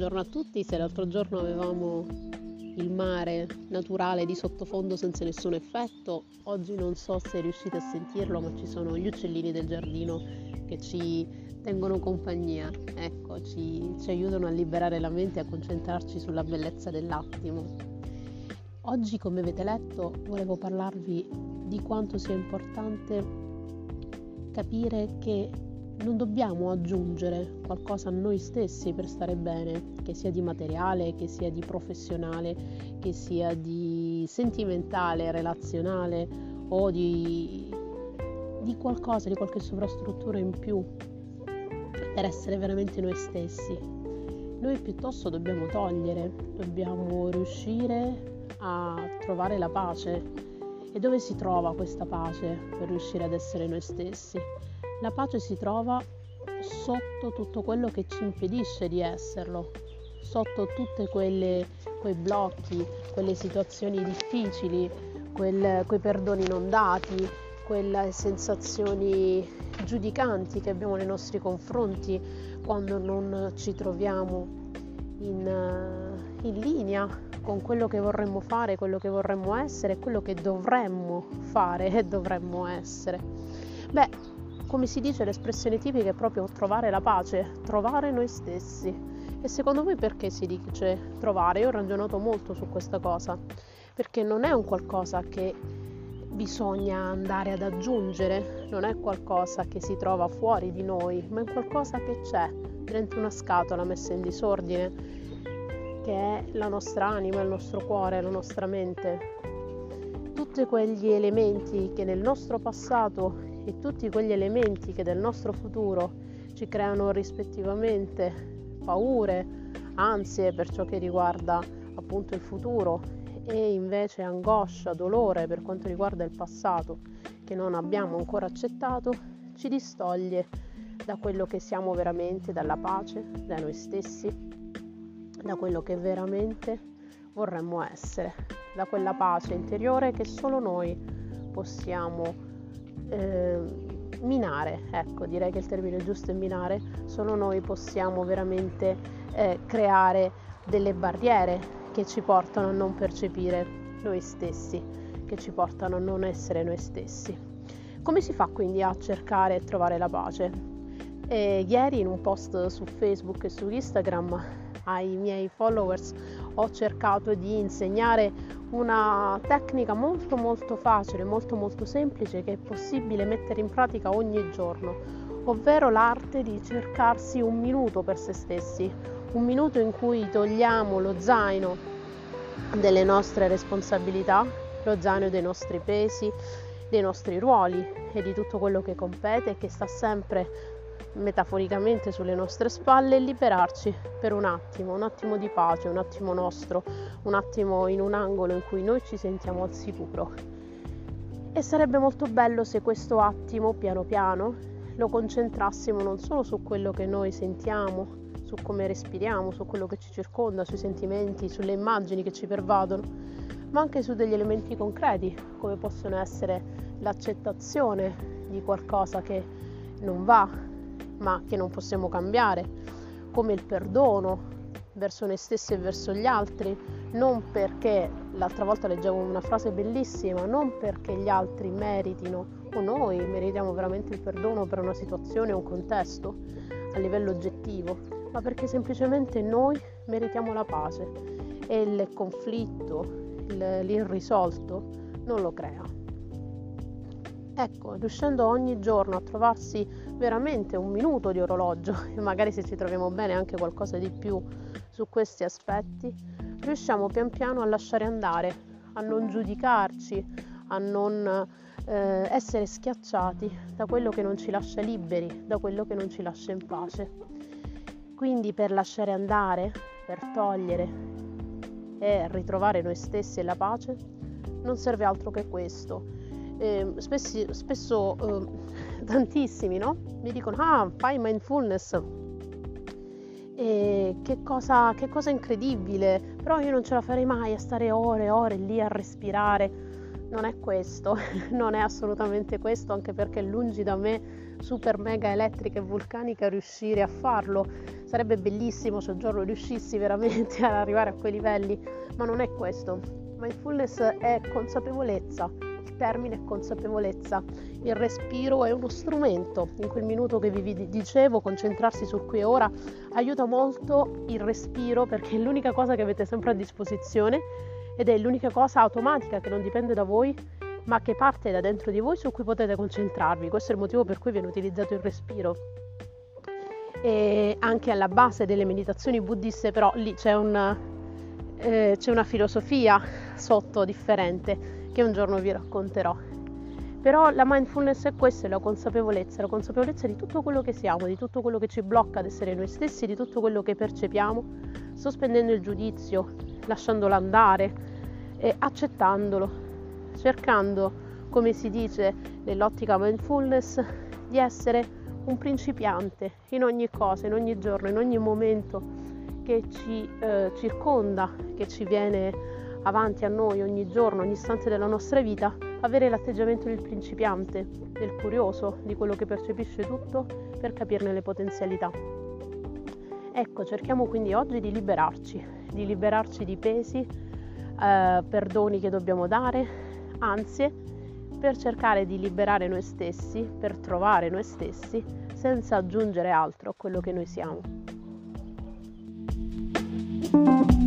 buongiorno a tutti. Se l'altro giorno avevamo il mare naturale di sottofondo senza nessun effetto, oggi non so se riuscite a sentirlo, ma ci sono gli uccellini del giardino che ci tengono compagnia, ecco, ci aiutano a liberare la mente e a concentrarci sulla bellezza dell'attimo. Oggi, come avete letto, volevo parlarvi di quanto sia importante capire che non dobbiamo aggiungere qualcosa a noi stessi per stare bene, che sia di materiale, che sia di professionale, che sia di sentimentale, relazionale o di qualcosa, di qualche sovrastruttura in più per essere veramente noi stessi. Noi piuttosto dobbiamo riuscire a trovare la pace. E dove si trova questa pace per riuscire ad essere noi stessi? La pace si trova sotto tutto quello che ci impedisce di esserlo, sotto tutti quei blocchi, quelle situazioni difficili, quei perdoni non dati, quelle sensazioni giudicanti che abbiamo nei nostri confronti quando non ci troviamo in linea con quello che vorremmo fare, quello che vorremmo essere, quello che dovremmo fare e dovremmo essere. Come si dice, l'espressione tipica è proprio trovare la pace, trovare noi stessi. E secondo voi perché si dice trovare? Io ho ragionato molto su questa cosa, perché non è un qualcosa che bisogna andare ad aggiungere, non è qualcosa che si trova fuori di noi, ma è qualcosa che c'è dentro una scatola messa in disordine, che è la nostra anima, il nostro cuore, la nostra mente. Tutti quegli elementi che nel nostro passato e tutti quegli elementi che del nostro futuro ci creano rispettivamente paure, ansie per ciò che riguarda appunto il futuro e invece angoscia, dolore per quanto riguarda il passato che non abbiamo ancora accettato, ci distoglie da quello che siamo veramente, dalla pace, da noi stessi, da quello che veramente vorremmo essere, da quella pace interiore che solo noi possiamo minare, ecco, direi che il termine giusto è minare. Solo noi possiamo veramente creare delle barriere che ci portano a non percepire noi stessi, che ci portano a non essere noi stessi. Come si fa quindi a cercare e trovare la pace? Ieri in un post su Facebook e su Instagram ai miei followers ho cercato di insegnare una tecnica molto molto facile, molto molto semplice, che è possibile mettere in pratica ogni giorno, ovvero l'arte di cercarsi un minuto per se stessi, un minuto in cui togliamo lo zaino delle nostre responsabilità, lo zaino dei nostri pesi, dei nostri ruoli e di tutto quello che compete e che sta sempre metaforicamente sulle nostre spalle, e liberarci per un attimo di pace, un attimo nostro, un attimo in un angolo in cui noi ci sentiamo al sicuro. E sarebbe molto bello se questo attimo piano piano lo concentrassimo non solo su quello che noi sentiamo, su come respiriamo, su quello che ci circonda, sui sentimenti, sulle immagini che ci pervadono, ma anche su degli elementi concreti come possono essere l'accettazione di qualcosa che non va ma che non possiamo cambiare, come il perdono verso noi stessi e verso gli altri, non perché, l'altra volta leggevo una frase bellissima, non perché gli altri meritino o noi meritiamo veramente il perdono per una situazione o un contesto a livello oggettivo, ma perché semplicemente noi meritiamo la pace e il conflitto, l'irrisolto non lo crea. Ecco, riuscendo ogni giorno a trovarsi veramente un minuto di orologio e magari, se ci troviamo bene, anche qualcosa di più su questi aspetti, riusciamo pian piano a lasciare andare, a non giudicarci, a non essere schiacciati da quello che non ci lascia liberi, da quello che non ci lascia in pace. Quindi per lasciare andare, per togliere e ritrovare noi stessi e la pace, non serve altro che questo. Spesso tantissimi, no? Mi dicono: fai mindfulness, che cosa incredibile, però io non ce la farei mai a stare ore e ore lì a respirare. Non è questo, non è assolutamente questo, anche perché è lungi da me, super mega elettrica e vulcanica, riuscire a farlo. Sarebbe bellissimo se un giorno riuscissi veramente ad arrivare a quei livelli, ma non è questo. Mindfulness è consapevolezza, il termine è consapevolezza, il respiro è uno strumento. In quel minuto che vi dicevo, concentrarsi sul qui e ora aiuta molto il respiro, perché è l'unica cosa che avete sempre a disposizione ed è l'unica cosa automatica che non dipende da voi, ma che parte da dentro di voi, su cui potete concentrarvi. Questo è il motivo per cui viene utilizzato il respiro. E anche alla base delle meditazioni buddiste, però lì c'è una filosofia sotto differente che un giorno vi racconterò. Però la mindfulness è questa, è la consapevolezza di tutto quello che siamo, di tutto quello che ci blocca ad essere noi stessi, di tutto quello che percepiamo, sospendendo il giudizio, lasciandolo andare e accettandolo, cercando, come si dice nell'ottica mindfulness, di essere un principiante in ogni cosa, in ogni giorno, in ogni momento che ci circonda, che ci viene avanti a noi ogni giorno, ogni istante della nostra vita, avere l'atteggiamento del principiante, del curioso, di quello che percepisce tutto per capirne le potenzialità. Ecco, cerchiamo quindi oggi di liberarci di pesi, perdoni che dobbiamo dare, ansie, per cercare di liberare noi stessi, per trovare noi stessi, senza aggiungere altro a quello che noi siamo.